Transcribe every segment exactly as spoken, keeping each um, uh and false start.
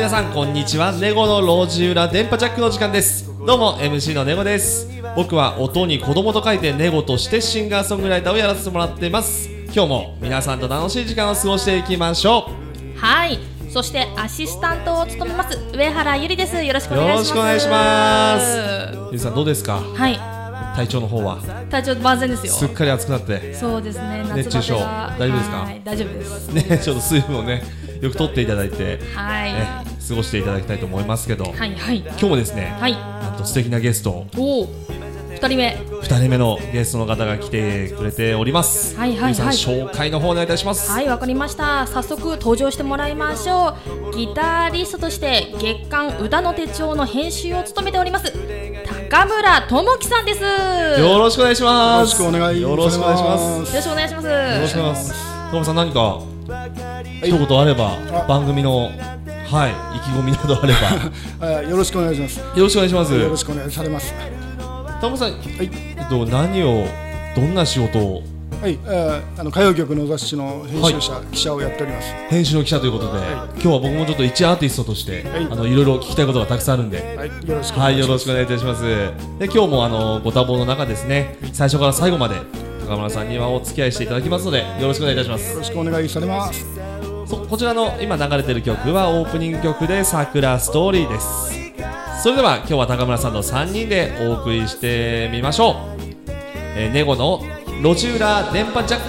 皆さんこんにちは。ネゴの路地裏電波ジャックの時間です。どうも エムシー のネゴです。僕は音に子供と書いてネゴとしてシンガーソングライターをやらせてもらっています。今日も皆さんと楽しい時間を過ごしていきましょう。はい、そしてアシスタントを務めます上原ゆりです。よろしくお願いします。 よろしくお願いします。ゆりさんどうですか？ はい、 体調の方は？ 体調万全ですよ。 すっかり暑くなって。 そうですね、 熱中症大丈夫ですか？ はい、大丈夫ですね。ちょっと水分をねよく取っていただいて、 はい、 ね、過ごしていただきたいと思いますけど、 はいはい、 今日もですね、 はい、 なんと素敵なゲストおふたりめふたりめのゲストの方が来てくれております。 はいはいはい、 皆さん紹介の方お願いいたします。 はい、わかりました。早速登場してもらいましょう。ギタリストとして月刊歌の手帳の編集を務めております高村智樹さんです。 よろしくお願いします。 よろしくお願いします。 よろしくお願いします。 よろしくお願いします。 よろしくお願いします。高村さん何か一言あれば、番組のはい意気込みなどあればよろしくお願いします。 よろしくお願いします。 よろしくお願いされます。 高村さん、はい、えっと何をどんな仕事を？ はい、えー、あの歌謡曲の雑誌の編集者、はい、記者をやっております。 編集の記者ということで、はい、今日は僕もちょっと一アーティストとして、はい、あのいろいろ聞きたいことがたくさんあるんで、 はい、よろしくお願いします。 はい、よろしくお願いいたします。で、今日もあのご多忙の中ですね、最初から最後まで高村さんにはお付き合いしていただきますので、よろしくお願いいたします。 よろしくお願いされます。 そこちらの今流れている曲はオープニング曲で桜ストーリーです。それでは今日は高村さんのさんにんでお送りしてみましょう。えー、ネゴの路地裏電波ジャック。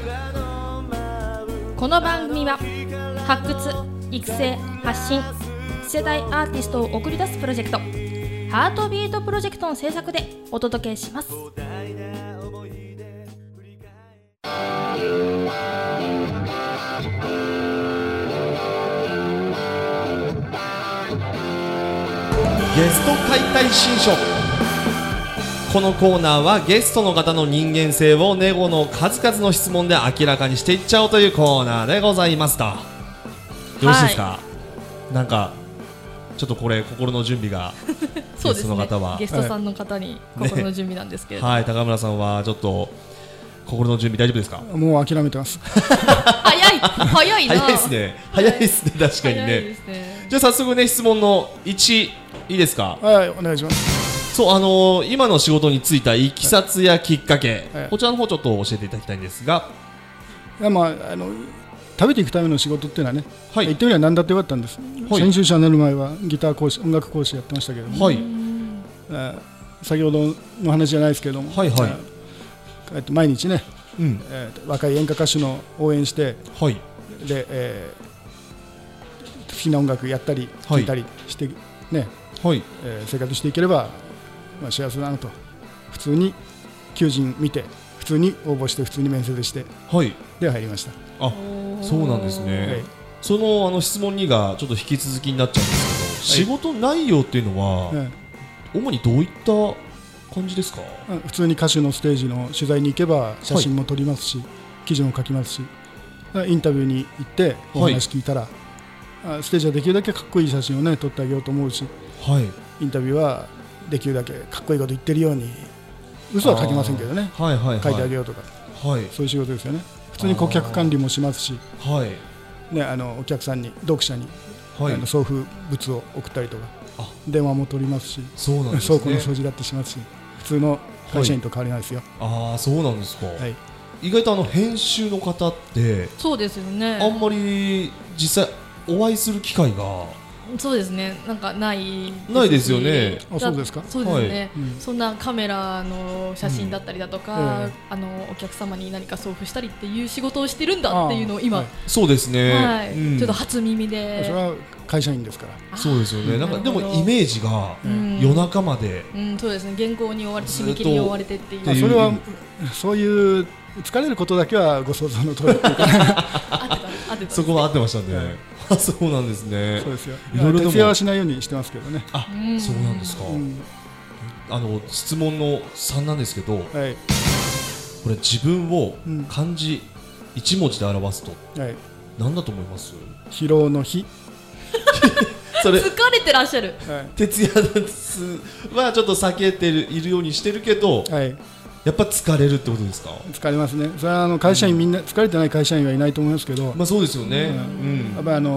この番組は発掘、育成、発信、次世代アーティストを送り出すプロジェクトハートビートプロジェクトの制作でお届けします。 ゲスト解体新書。このコーナーはゲストの方の人間性をネゴの数々の質問で明らかにしていっちゃおうというコーナーでございますと。よろしいですか？はい、なんかちょっとこれ心の準備がそうですね、 ゲストの方はゲストさんの方に心の準備なんですけれども、 ね、はい、高村さんはちょっと心の準備大丈夫ですか？ もう諦めてます。 早い早いな。 早いですね。早いですね。確かに ね, ねじゃあ早速ね質問のいちいいですか？ はい、お願いします。 そう、あのー、今の仕事に就いたいきさつやきっかけ、はい、こちらの方ちょっと教えていただきたいんですが。 いや、まあ、あの食べていくための仕事っていうのはね、はい、言ってみれば何だってよかったんです、はい、編集者になる前はギター講師、音楽講師やってましたけども、はい、えー、先ほどの話じゃないですけども、はいはい、えー、毎日ね、うん、えー、若い演歌歌手の応援して、はい、で、えー、好きな音楽やったり聴いたりしてね、はい、えー、生活していければ、まあ、幸せだなと。普通に求人見て普通に応募して普通に面接して、はい、で入りました。 あ、そうなんですね、はい、その、あの質問にがちょっと引き続きになっちゃうんですけど、はい、仕事内容っていうのは、はい、主にどういった感じですか？ 普通に歌手のステージの取材に行けば写真も撮りますし、はい、記事も書きますし、インタビューに行ってお話聞いたら、はい、ステージはできるだけかっこいい写真をね撮ってあげようと思うし、はい、インタビューはできるだけかっこいいこと言ってるように、嘘は書きませんけどね、はいはいはい、書いてあげようとか、はい、そういう仕事ですよね。普通に顧客管理もしますし、はいね、あのお客さんに読者に、はい、あの送付物を送ったりとか、電話も取りますし、そうなんですね、倉庫の掃除だってしますし、普通の会社員と変わりないですよ。 はい、ああ、そうなんですか、はい、意外とあの編集の方ってそうですよね、 あんまり実際お会いする機会がそうですね、なんかないないですよね。 あ、そうですか。 そうですね、はい、うん、そんなカメラの写真だったりだとか、うん、えー、あのお客様に何か送付したりっていう仕事をしてるんだっていうのを今、はい、 そうですね、 はい、うん、ちょっと初耳で。 それは会社員ですから。 そうですよね。なんかでもイメージが夜中まで、 うんうん、そうですね、原稿に追われて締め切りに追われてっていう。 それはそういう疲れることだけはご想像の通りっていうかそこは合ってましたね、はい、そうなんですね。 そうですよ。いろいろ徹夜はしないようにしてますけどね。 あ、そうなんですか、うん、あの質問のさんなんですけど、はい、これ自分を漢字いち文字で表すと、はい、何だと思います？ 疲労の日それ疲れてらっしゃる、 はい、徹夜はちょっと避けてるいるようにしてるけど、はい、やっぱ疲れるってことですか？ 疲れますね。それはあの会社員みんな、うん、疲れてない会社員はいないと思いますけど、 まあそうですよね、 うん、やっぱりあの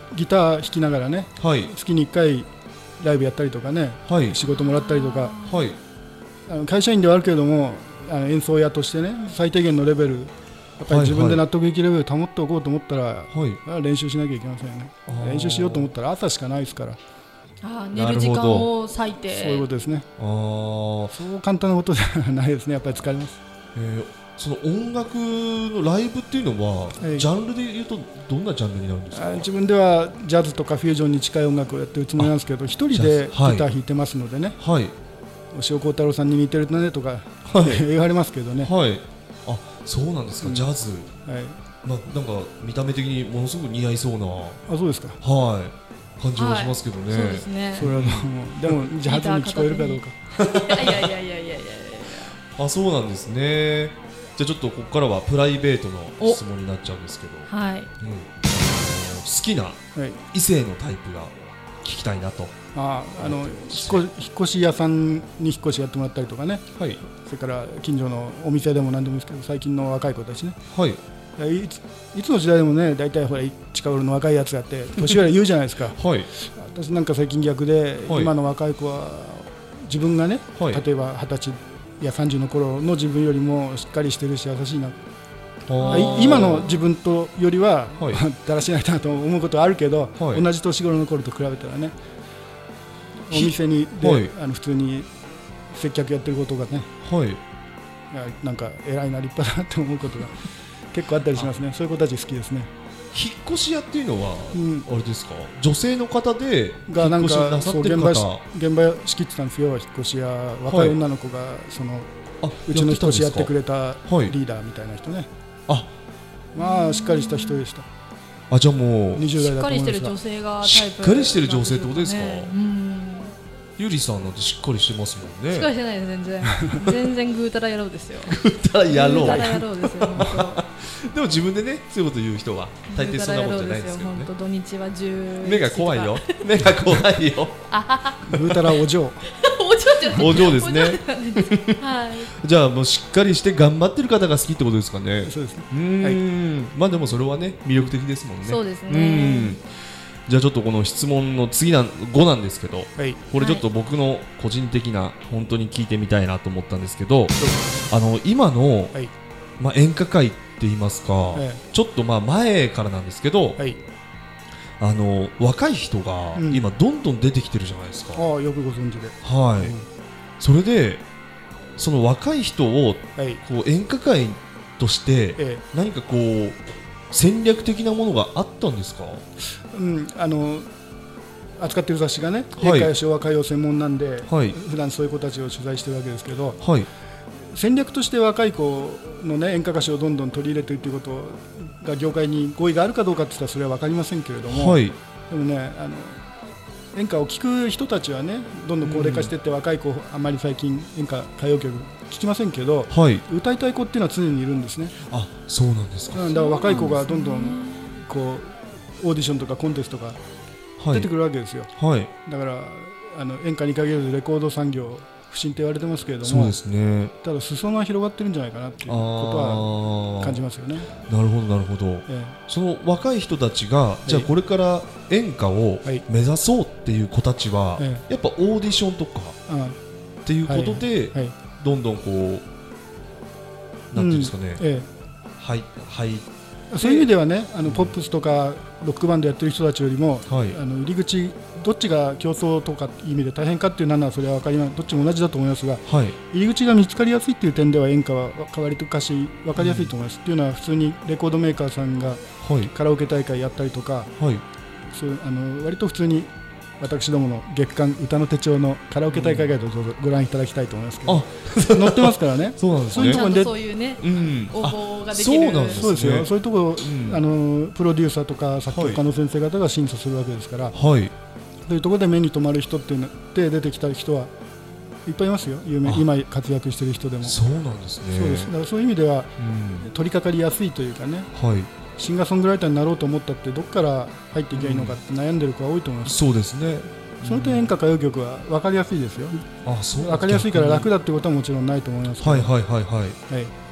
ギター弾きながらね、はい、月にいっかいライブやったりとかね、はい、仕事もらったりとか、はい、あの会社員ではあるけれどもあの演奏屋としてね最低限のレベルやっぱり自分で納得できるレベルを保っておこうと思ったら、はい、練習しなきゃいけませんよね。練習しようと思ったら朝しかないですから。 あ寝る時間を割いてそういうことですね。あそう簡単なことではないですね。やっぱり疲れます。 えー、その音楽のライブっていうのは、はい、ジャンルでいうとどんなジャンルになるんですか？ 自分ではジャズとかフュージョンに近い音楽をやってるつもりなんですけど一人でギター弾いてますのでね、はい、塩幸太郎さんに似てるねとか、はい、言われますけどね、はい、 あそうなんですか、うん、ジャズ、はいまあ、なんか見た目的にものすごく似合いそうなあそうですか、 はい感じもしますけどね。 そうですね。 それはでもジャズに聞こえるかどうか。 いやいやいやいやいやいや。 あそうなんですね。じゃあちょっとここからはプライベートの質問になっちゃうんですけど、はい、うん、好きな異性のタイプが聞きたいなと。 ああの引っ越し屋さんに引っ越しやってもらったりとかね、はい、それから近所のお店でも何でもいいですけど最近の若い子たちね、はい、いつ、いつの時代でもね大体ほら近頃の若いやつがあって年寄り言うじゃないですか、はい、私なんか最近逆で、はい、今の若い子は自分がね、はい、例えばはたちやさんじゅうの頃の自分よりもしっかりしてるし優しいな今の自分とよりは、はい、だらしないなと思うことはあるけど、はい、同じ年頃の頃と比べたらねお店にで、はい、あの普通に接客やってることがね、はい、いやなんか偉いな立派だなって思うことが結構あったりしますね。そういう子たち好きですね。 引っ越し屋っていうのは、うん、あれですか女性の方で引っ越しなさってる方が現場仕切ってたんですよ。引っ越し屋若い女の子がその、はい、うちの引っ越しやってくれたリーダーみたいな人ね、はい、あまあしっかりした人でした。 あじゃあもうにじゅう代だと思いますがしっかりしてる女性がタイプ、 しっかりしてる女性ってことですか？うんゆりさんなんてしっかりしてますもんね。 しっかりしてないです全然全然ぐうたら野郎ですよ。 ぐうたら野郎。ぐうたら野郎ですよ本当。でも自分でねそういうこと言う人は大抵そんなことじゃないですけどね。 本当土日はじゅう目が怖いよ。目が怖いよ。 ぐうたらお嬢。 お嬢じゃない。 お嬢ですね。はい。じゃあもうしっかりして頑張ってる方が好きってことですかね。 そうですね。 うん、はい、まあでもそれはね魅力的ですもんね。 そうですね。 うんじゃあちょっとこの質問の次なごなんですけど、はい、これちょっと僕の個人的な本当に聞いてみたいなと思ったんですけど、はい、あの今の、はい、まあ、演歌界って言いますか、はい、ちょっとまあ前からなんですけど、はい、あの若い人が今どんどん出てきてるじゃないですか、 うん、ああよくご存知で、 はい、うん、それでその若い人をこう演歌界として何かこう戦略的なものがあったんですか？ うん、あの扱っている雑誌がね、はい、演歌や昭和歌謡専門なんで、はい、普段そういう子たちを取材しているわけですけど、はい、戦略として若い子の、ね、演歌歌手をどんどん取り入れているということが業界に合意があるかどうかといったらそれは分かりませんけれども、はい、でもねあの演歌を聴く人たちはねどんどん高齢化していって、うん、若い子あんまり最近演歌歌謡曲聴きませんけど、はい、歌いたい子っていうのは常にいるんですね。 あ、そうなんですか。 だから若い子がどんどんこうオーディションとかコンテストが出てくるわけですよ、はい、だからあの演歌に限らずレコード産業不振って言われてますけれども、 そうですね、 ただ裾野は広がってるんじゃないかなっていうことは感じますよね。 なるほどなるほど、ええ、その若い人たちが、はい、じゃあこれから演歌を目指そうっていう子たちは、はい、やっぱオーディションとかっていうことで、はいはい、どんどんこうなんていうんですかね、うんええ、はいはいそういう意味ではねあのポップスとかロックバンドやってる人たちよりも、はい、あの入り口どっちが競争とかいう意味で大変かっていうのはそれは分かります。どっちも同じだと思いますが、はい、入り口が見つかりやすいっていう点では演歌は割と歌詞分かりやすいと思います、うん、っていうのは普通にレコードメーカーさんがカラオケ大会やったりとか、はい、そうあの割と普通に私どもの月刊歌の手帳のカラオケ大会ガイドをご覧いただきたいと思いますけど、うん、載ってますからね。 そうなんですね。 そういうところでそういうね、うん、応募ができる。 そうなんですね。 そうですよ。そういうところ、うん、あのプロデューサーとか作曲家の先生方が審査するわけですから、はい、そういうところで目に留まる人っていうので出てきた人はいっぱいいますよ。有名今活躍している人でも。 そうなんですね。 そうです。だからそういう意味では、うん、取り掛かりやすいというかね。はい。シンガーソングライターになろうと思ったってどこから入っていけばいいのかって悩んでる子が多いと思います。 そうですね。 その点演歌歌謡曲は分かりやすいですよ。あ、そう。分かりやすいから楽だってことはもちろんないと思いますけど。 はいはいはいはい。はい。あ、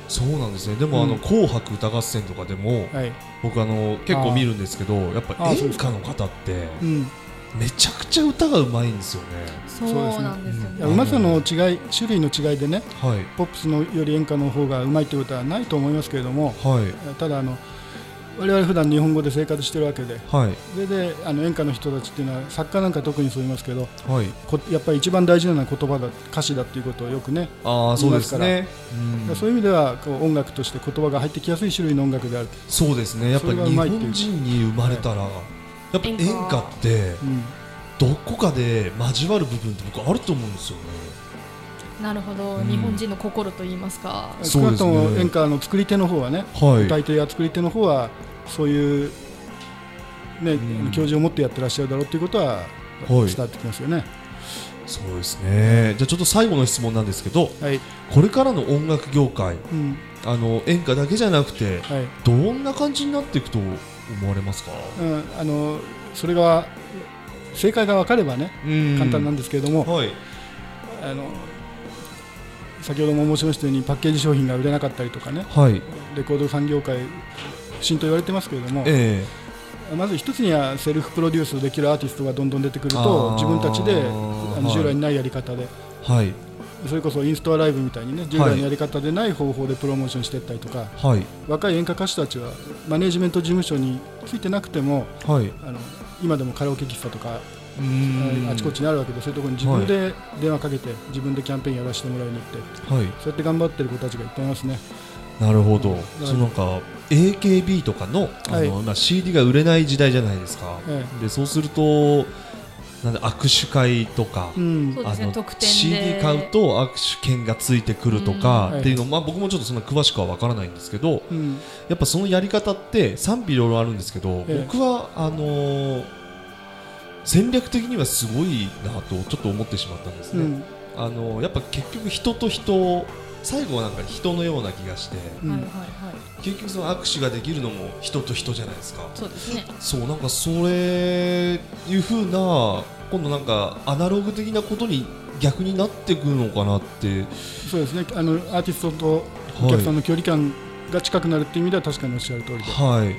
そうなんですね。でも、うん、あの紅白歌合戦とかでも、はい、僕あの結構見るんですけど、やっぱ演歌の方って、うん、めちゃくちゃ歌がうまいんですよね。 そうなんですよね。 うまさの違い、種類の違いでね、はい、ポップスのより演歌の方がうまいということはないと思いますけれども、はい、ただあの我々普段日本語で生活しているわけで、はい、それであの演歌の人たちっていうのは作家なんか特にそう言いますけど、はい、こやっぱり一番大事なのは言葉だ、歌詞だっていうことをよくねあ言いますから、そうですね、 うん、そういう意味ではこう音楽として言葉が入ってきやすい種類の音楽である。 そうですね。やっぱり日本人に生まれたら、はい、やっぱ演歌って、うん、どこかで交わる部分って僕あると思うんですよね。 なるほど、うん、日本人の心といいますか。 少なくとも演歌の作り手の方はね、はい、歌い手や作り手の方はそういう、ね、うん、教授を持ってやってらっしゃるだろうということは伝わってきますよね。はい、 そうですね。じゃあちょっと最後の質問なんですけど、はい、これからの音楽業界、うん、あの演歌だけじゃなくて、はい、どんな感じになっていくと思われますか？ うん、あのそれが正解が分かればね、簡単なんですけれども、はい、あの先ほども申しましたようにパッケージ商品が売れなかったりとかね、はい、レコード産業界不振と言われてますけれども、えー、まず一つにはセルフプロデュースできるアーティストがどんどん出てくると自分たちであの従来にないやり方で、はい、それこそインストアライブみたいにね従来のやり方でない方法でプロモーションしていったりとか、はい、若い演歌歌手たちはマネジメント事務所についてなくても、はい、あの今でもカラオケ喫茶とかあちこちにあるわけで、そういうところに自分で電話かけて、はい、自分でキャンペーンやらせてもらいに行って、はい、そうやって頑張ってる子たちがいっぱいいますね。 なるほど。そのなんか エーケービー とか の, あの、はい、まあ、シーディー が売れない時代じゃないですか、はい、でそうするとなんで握手会とか、うん、あの シーディー 買うと握手券がついてくるとか、うん、っていうの、まあ、僕もちょっとそんな詳しくは分からないんですけど、うん、やっぱそのやり方って賛否両論あるんですけど、ええ、僕はあのー、戦略的にはすごいなとちょっと思ってしまったんですね、うん、あのー、やっぱ結局人と人最後はなんか人のような気がして、うん、結局その握手ができるのも人と人じゃないですか。 そうですね。 そうなんかそれいう風な今度なんかアナログ的なことに逆になってくるのかなって。 そうですね。あのアーティストとお客さんの距離感が近くなるっていう意味では確かにおっしゃる通りで、はい、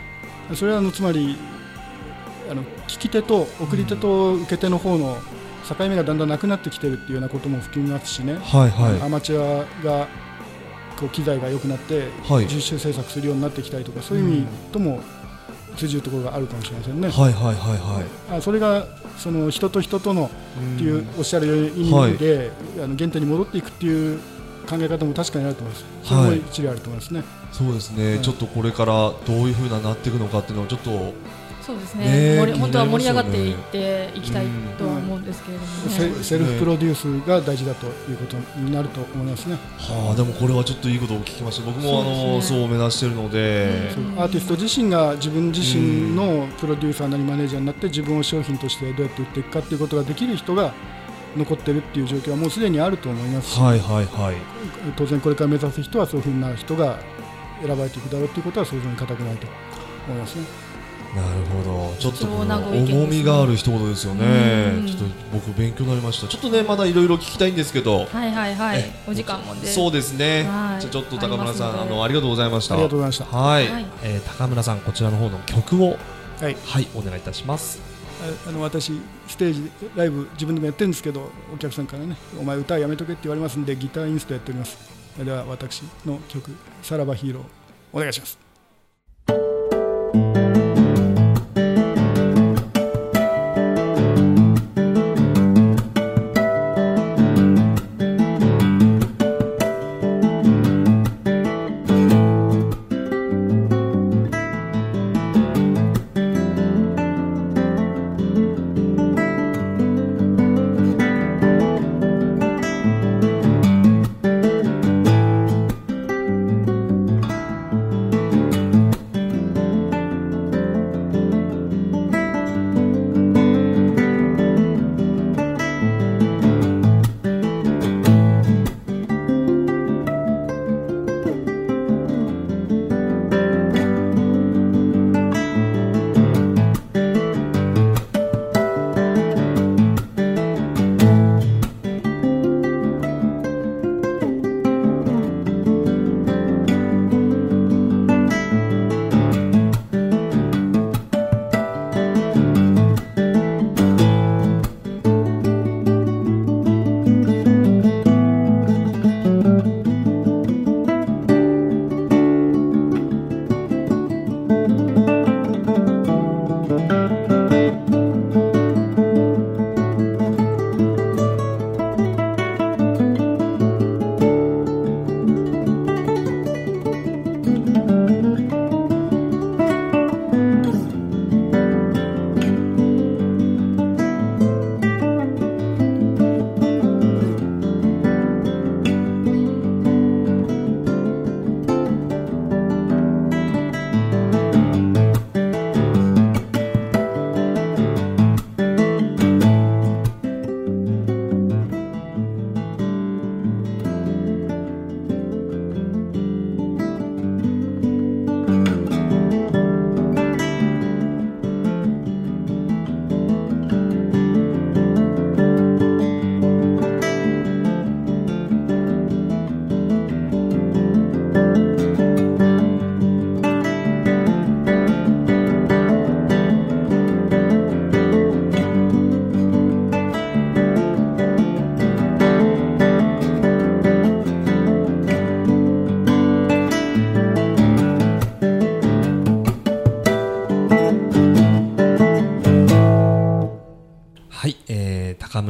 それはあのつまりあの聞き手と送り手と受け手の方の境目がだんだんなくなってきてるっていうようなことも含みますしね、はいはい、アマチュアがこう機材が良くなって、はい、自主制作するようになってきたりとかそういう意味とも通じるところがあるかもしれませんね、はいはいはいはい、あそれがその人と人とのっていうおっしゃる意味で、はい、あの原点に戻っていくっていう考え方も確かにあると思います。それも一理あると思いますね、はい、 そうですね、はい、ちょっとこれからどういう風になっていくのかっていうのをちょっとそうですね、ね、本当は盛り上がっていっていきたいとは思うんですけれども、ね、 セ, セルフプロデュースが大事だということになると思いますね。 はあ、でもこれはちょっといいことを聞きました。僕もあの そう,、ね、そう目指しているので、 うん、アーティスト自身が自分自身のプロデューサーなりマネージャーになって自分を商品としてどうやって売っていくかということができる人が残っているっていう状況はもうすでにあると思いますし、はいはいはい、当然これから目指す人はそういうふうな人が選ばれていくだろうということは想像に難くないと思いますね。 なるほど、ちょっと重みがある一言ですよね。ちょっと僕勉強になりました。ちょっとねまだいろいろ聞きたいんですけど、 はいはいはい、お時間もでそうですね、はい、じゃあちょっと高村さん あ, あのありがとうございました。 ありがとうございました。 はい、はい、えー、高村さんこちらの方の曲をはい、はい、お願いいたします。 ああの私ステージライブ自分でもやってるんですけどお客さんからねお前歌やめとけって言われますんでギターインストやっております。では私の曲さらばヒーローお願いします。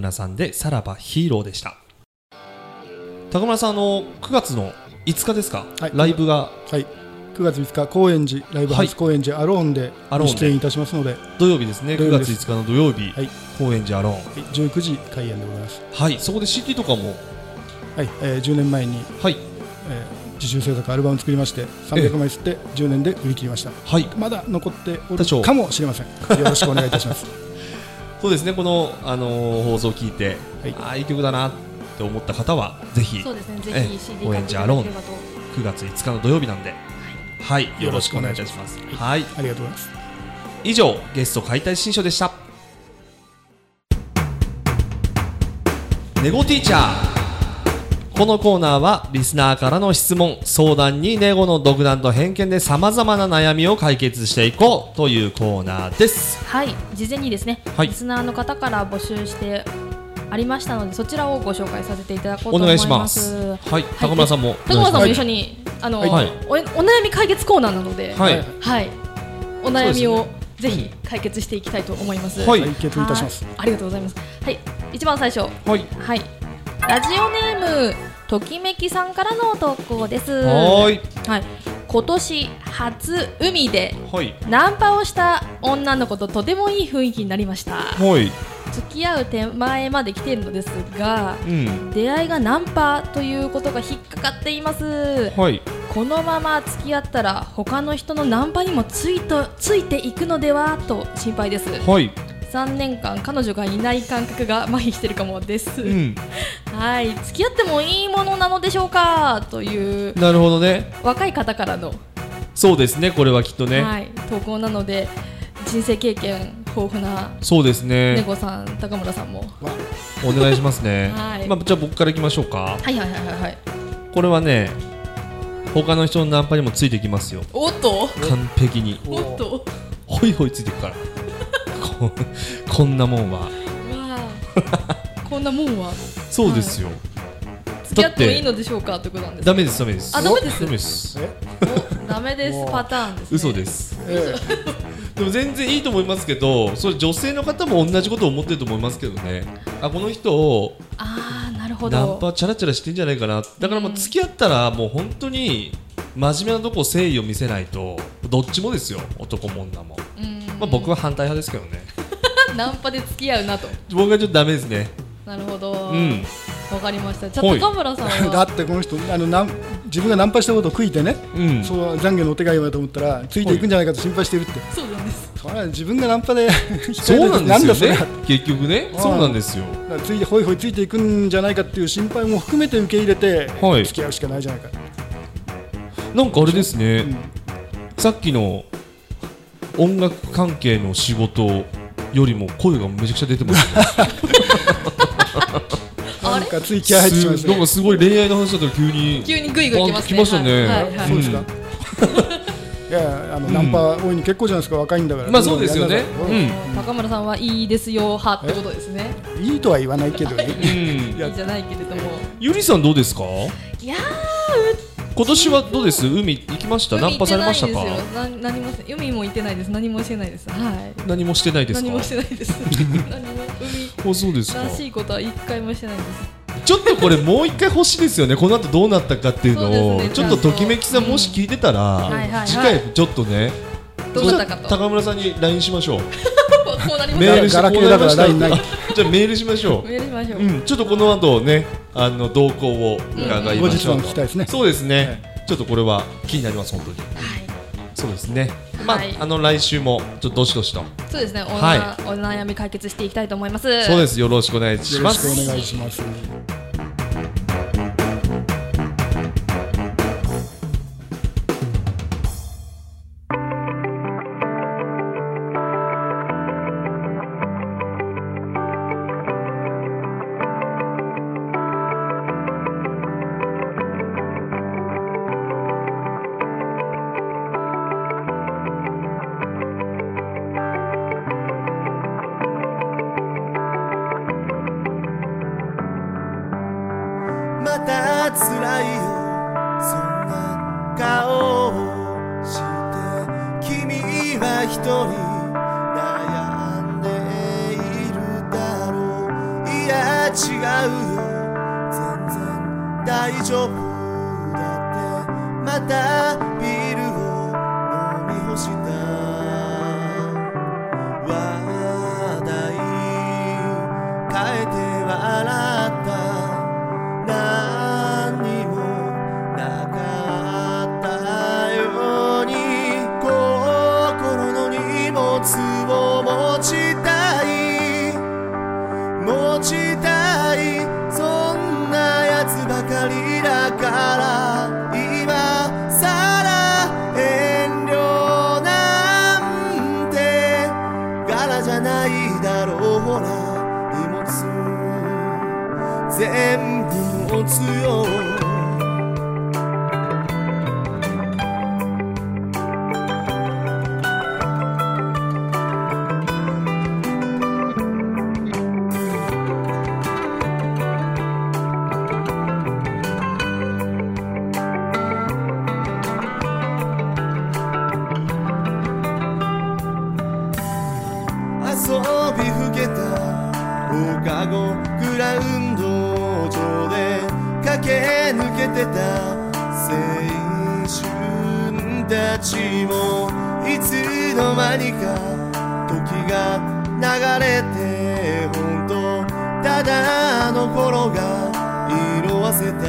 村さんでさらばヒーローでした。高村さん、あのくがつのいつかですか、はい、ライブが、 はい、くがついつか高円寺ライブハウス高円寺アローンで出演いたしますので、 土曜日ですね。くがついつかの土曜日、はい、高円寺アローン、はい、 じゅうくじ開演でございます。 はい、そこで シーディー とかも、 はい、えー、じゅうねんまえに、はい、えー、自主制作アルバム作りましてさんびゃくまい吸ってじゅうねんで売り切りました。はい、まだ残っておるかもしれません。よろしくお願いいたします。 そうですね、この、あのー、放送を聞いて、はい、ああいい曲だなって思った方はぜひ、 そうですね、ぜひ シーディー高円寺アローンくがついつかの土曜日なんで、はい、はい、よろしくお願いいたします。はい、 ありがとうございます。 以上、ゲスト解体新書でした。ネゴティーチャー。このコーナーはリスナーからの質問相談にネゴの独断と偏見でさまざまな悩みを解決していこうというコーナーです。 はい、事前にですね、はい、リスナーの方から募集してありましたので、そちらをご紹介させていただこうと思います。 お願いします。はい、高村さんも高村さんも一緒に、あの、はい、お, お悩み解決コーナーなので、はい、はい、お悩みをぜひ解決していきたいと思います。 はい、解決いたします。 ありがとうございます。はい、一番最初、はい、はい、ラジオネームときめきさんからの投稿です。 はい、 はい、今年初海でナンパをした女の子ととてもいい雰囲気になりました。はい、付き合う手前まで来ているのですが、うん、出会いがナンパということが引っかかっています。はい、このまま付き合ったら他の人のナンパにもついとついていくのではと心配です。はい、さんねんかん彼女がいない感覚が麻痺してるかもです。うん、はい、付き合ってもいいものなのでしょうかという。 なるほどね。 若い方からの、 そうですね、これはきっとね、 はい、投稿なので人生経験豊富な、 そうですね、 ネゴさん、高村さんもお願いしますね。はい、まあ、じゃあ僕からいきましょうか。 はいはいはいはい。これはね、他の人のナンパにもついてきますよ。 おっと、 完璧に。 おっと、 ほいほいついてくからこ, こんなもんはわこんなもんはそうですよ、はい、 付き合ってもいいのでしょうかってことなんです。 ダメですダメです。 あ、ダメです。 ダメです。 お、ダメですパターンですね。 嘘です。ええ、でも全然いいと思いますけど、それ女性の方も同じことを思ってると思いますけどね。あ、この人をあー、なるほど、 ナンパチャラチャラしてんじゃないかな。だからもう付き合ったらもう本当に真面目なとこ誠意を見せないと、どっちもですよ、男も女も。うん、まあ、僕は反対派ですけどね。 ナンパで付き合うなと。 僕はちょっとダメですね。 なるほど、うん、わかりました。じゃあ高村さんはだってこの人あのなん自分がナンパしたことを悔いてね、うん、そう懺悔のお手紙だと思ったらついていくんじゃないかと心配してるって。 そうなんです。 それは自分がナンパでそうなんですよね、結局ね。そうなんですよ。 ついてほいほいついていくんじゃないかっていう心配も含めて受け入れて、はい、付き合うしかないじゃないか。 なんかあれですね、うん、さっきの音楽関係の仕事よりも声がめちゃくちゃ出てますね。 なんかつい気合入ってしまいましたね。 なんかすごい恋愛の話だったら急に急にグイグイきますね。 来ましたね。 はいはいはい、そうですか。いや、あの、うん、ナンパ大いに結構じゃないですか、若いんだから。 まあそうですよね。 うん、高村さんはいいですよ派ってことですね。 いいとは言わないけどね。 うん、いいじゃないけれども。 ゆりさんどうですか。 いやー、 今年はどうです。海行きました。ナンパされましたか。 な何も海も行ってないです。何もしてないです。はい。 何もしてないですか。 何もしてないです。何も海そうですか。 らしいことは一回もしてないです。 ちょっとこれもう一回欲しいですよね。この後どうなったかっていうのを、ね、ちょっとときめきさんもし聞いてたら、うん、次回ちょっとね、 どうなったかと高村さんに ライン しましょう。 こうなりまメールしてこうなりました。じゃあメールしましょう。 メールしましょう。 うん、ちょっとこの後ね、あの動向を伺いましょう。 後日聞きたいですね。 そうですね。はい、ちょっとこれは気になります本当に。はい。そうですね。まあ、はい、あの来週もちょっとどしどしと。 そうですね。お, はい、お悩み解決していきたいと思います。 そうです。よろしくお願いします。 よろしくお願いします。 また辛いよそんな顔をして君は一人悩んでいるだろう。いや違うよ全然大丈夫だってまたビールを飲み干した話題変えて笑った何にもなかったように心の荷物を持ちたい持ちたいそんなやつばかりだから今さら遠慮なんて柄じゃないだろうほら荷物全部持つよ遊びふけた放課後グラウンド上で駆け抜けてた青春たちもいつの間にか時が流れて本当ただの頃が色あせた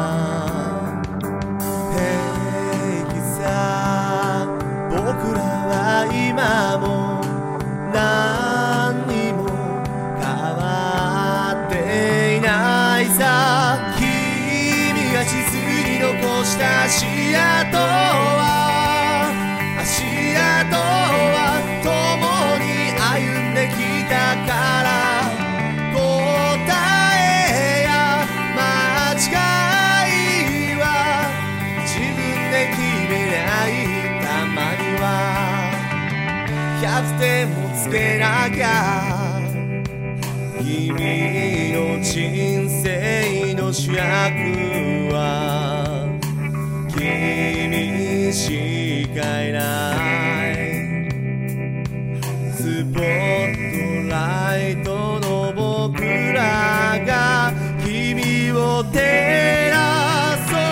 平気さ僕らは今も何にも変わっていないさ君が地図に残した足跡は足跡は共に歩んできたから答えや間違いは自分で決めないたまにはキャプテンもつけなきゃ君の人生の主役は君しかいないスポットライトの僕らが君を照らそう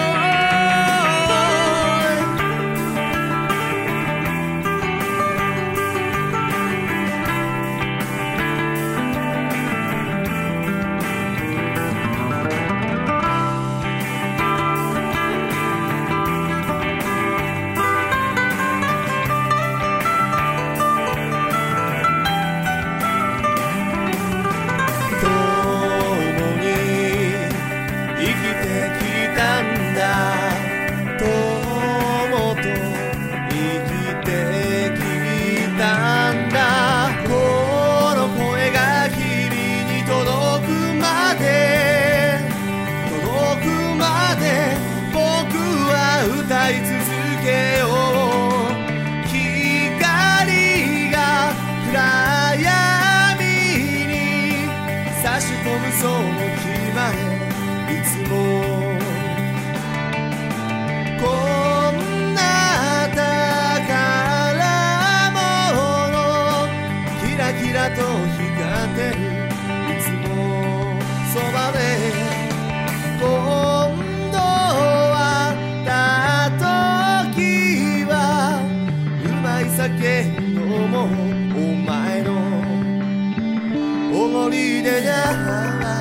歌い続けよう光が暗闇に差し込むその日までいつもこんな宝物キラキラと光ってるいつもそばで今度はた時はうまい酒飲もうお前のおごりでな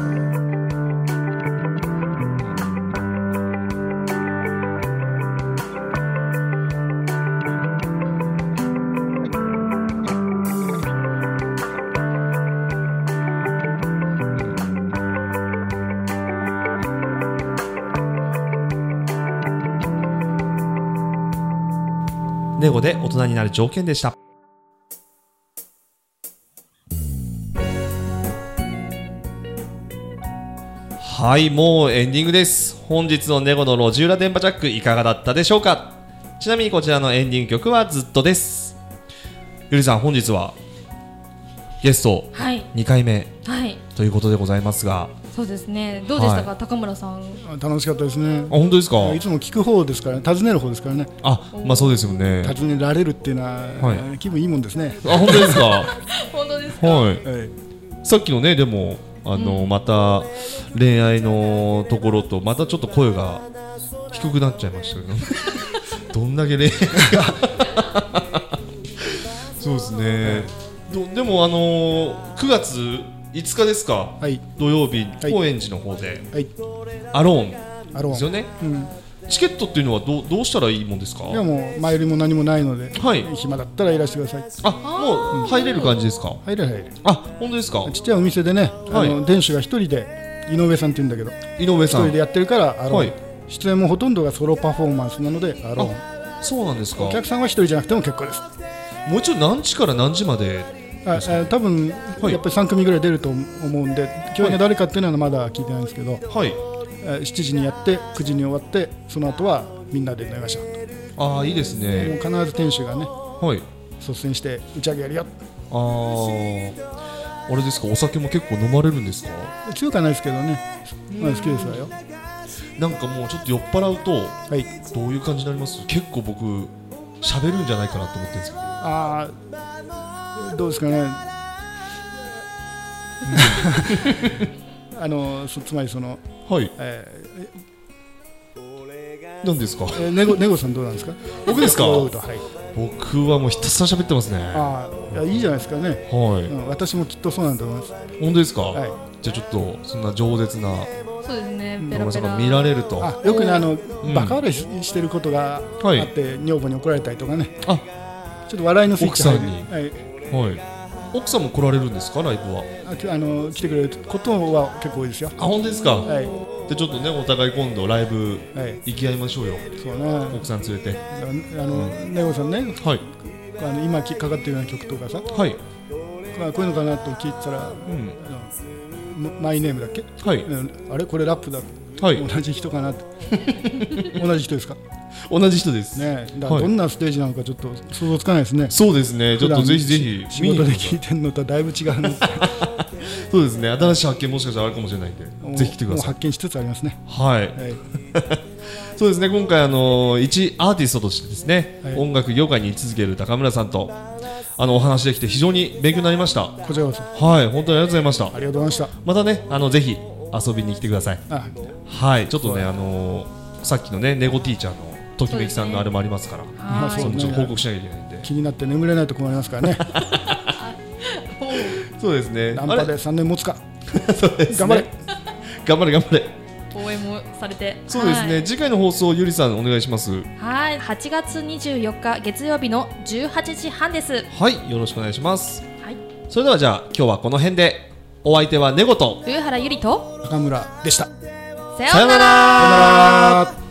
ネゴで大人になる条件でした。はい、もうエンディングです。本日のネゴの路地裏電波ジャックいかがだったでしょうか。ちなみにこちらのエンディング曲はずっとです。ゆりさん、本日はゲストにかいめ、はい、ということでございますが、 そうですね、どうでしたか、はい、高村さん。 楽しかったですね。 あ、本当ですか。 いつも聞く方ですから、ね、尋ねる方ですからね。 あ、まあそうですよね。 尋ねられるっていうのは、はい、気分いいもんですね。 あ、本当ですか。 本当ですか。 はい、はい、さっきのね、でもあの、うん、また恋愛のところとまたちょっと声が低くなっちゃいましたけどどんだけ恋愛がそうですね、はい、でもあのー、くがついつかですか、はい、土曜日、はい、高円寺の方で、はい、アローンですよね、うん、チケットっていうのは ど, どうしたらいいもんですか？ いやもう前よりも何もないので、はい、暇だったらいらしてください。 あ、もう入れる感じですか？ 入れる入れる。 あ、本当ですか？ ちっちゃいお店でね、はい、あの店主が一人で井上さんって言うんだけど、 井上さん一人でやってるからアローン、はい、出演もほとんどがソロパフォーマンスなのでアローン。 そうなんですか？ お客さんは一人じゃなくても結構です。 もう一度何時から何時まで？ ああ多分、はい、やっぱりさんくみぐらい出ると思うんで、今日が誰かっていうのはまだ聞いてないんですけど、はい、しちじにやってくじに終わってその後はみんなで飲みましょう。 ああ、いいですね。 もう必ず店主がね、はい、率先して打ち上げやるよ。 ああ、あれですか、お酒も結構飲まれるんですか？ 強くはないですけどね、まあ、好きですわよ。 なんかもうちょっと酔っ払うと、はい、どういう感じになります？結構僕喋るんじゃないかなと思ってるんですけど。ああ、どうですかねあのそつまりその、はい、えー、何ですか？ えー、ネゴネゴさんどうなんですか？ 僕ですか？ はい、 僕はもうひたすら喋ってますね。 ああ、いや、いいじゃないですかね。はい、うん、私もきっとそうなんだと思います。 本当ですか？はい、じゃあちょっとそんな饒舌な、 そうですね、 ペラペラ見られると、 あ、よくね、あの、うん、バカ笑いしてることがあって、はい、女房に怒られたりとかね、あ、ちょっと笑いのスイッチ入る。 奥さんに、はいはい、奥さんも来られるんですか？ライブは。 あ、あの来てくれることは結構多いですよ。 あ、本当ですか？はい。でちょっとね、お互い今度ライブ行き合いましょうよ。はい、そうね。奥さん連れて。 あの、うん、ネゴさんね、はい、あの今かかってるような曲とかさ、はい、まあ、こういうのかなと聞いてたら、うん、あのマイネームだっけ？はい。あれこれラップだ。はい。同じ人かなって。同じ人ですか？ 同じ人ですね。だからどんなステージなのかちょっと想像つかないですね。 そうですね。ちょっとぜひぜひ仕事で聞いてるのとはだいぶ違うのそうですね。新しい発見もしかしたらあるかもしれないんで、ぜひ来てください。もう発見しつつありますね。 はい。はい、そうですね。今回あの一アーティストとしてですね、はい、音楽業界に居続ける高村さんとあのお話できて非常に勉強になりました。 こちらこそ。 はい。本当にありがとうございました。ありがとうございました。 またね、あのぜひ遊びに来てください。あ、はい。ちょっとね、あのさっきのね、ネゴティーチャーのときめきさんのあれもありますから、それもちょっと報告しなきゃいけないんで、 気になって眠れないと困りますからねそうですね。 ナンパでさんねん持つかそうです、ね、 頑張れ頑張れ頑張れ。 応援もされて。 そうですね、はい、次回の放送ゆりさんお願いします。 はい、はちがつにじゅうよっか月曜日のじゅうはちじはんです。 はい、よろしくお願いします。はい、それではじゃあ今日はこの辺で。お相手はネゴと上原ゆりと高村でした。 さようなら。